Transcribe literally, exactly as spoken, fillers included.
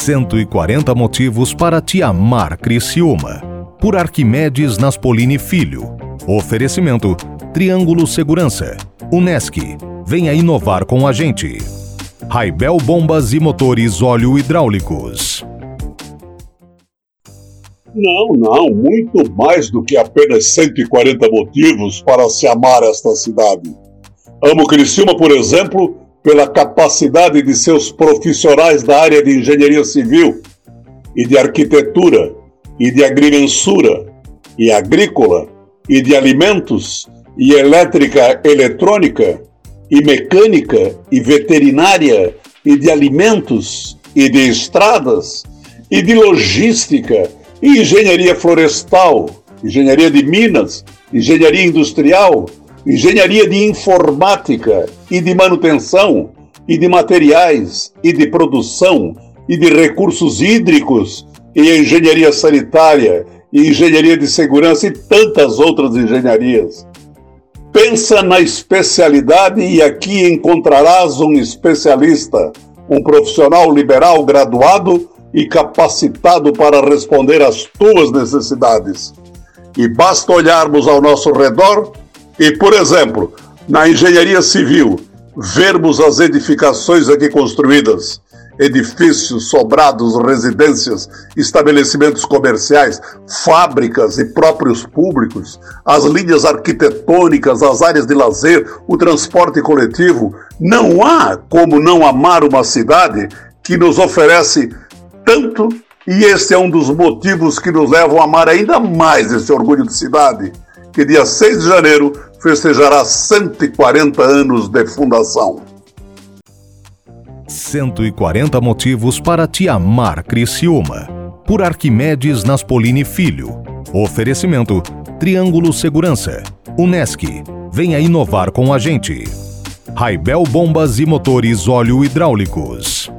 cento e quarenta motivos para te amar, Criciúma. Por Arquimedes Naspolini Filho. Oferecimento Triângulo Segurança. Unesc. Venha inovar com a gente. Raibel Bombas e Motores Óleo Hidráulicos. Não, não, muito mais do que apenas cento e quarenta motivos para se amar esta cidade. Amo Criciúma, por exemplo, pela capacidade de seus profissionais da área de engenharia civil e de arquitetura e de agrimensura e agrícola e de alimentos e elétrica eletrônica e mecânica e veterinária e de alimentos e de estradas e de logística e engenharia florestal, engenharia de minas, engenharia industrial, engenharia de informática e de manutenção e de materiais e de produção e de recursos hídricos e engenharia sanitária e engenharia de segurança e tantas outras engenharias. Pensa na especialidade e aqui encontrarás um especialista, um profissional liberal graduado e capacitado para responder às tuas necessidades. E basta olharmos ao nosso redor e, por exemplo, na engenharia civil, vermos as edificações aqui construídas, edifícios, sobrados, residências, estabelecimentos comerciais, fábricas e próprios públicos, as linhas arquitetônicas, as áreas de lazer, o transporte coletivo. Não há como não amar uma cidade que nos oferece tanto, e este é um dos motivos que nos levam a amar ainda mais esse orgulho de cidade, que dia seis de janeiro festejará cento e quarenta anos de fundação. cento e quarenta motivos para te amar, Criciúma. Por Arquimedes Naspolini Filho. Oferecimento Triângulo Segurança. Unesc. Venha inovar com a gente. Raibel Bombas e Motores Óleo Hidráulicos.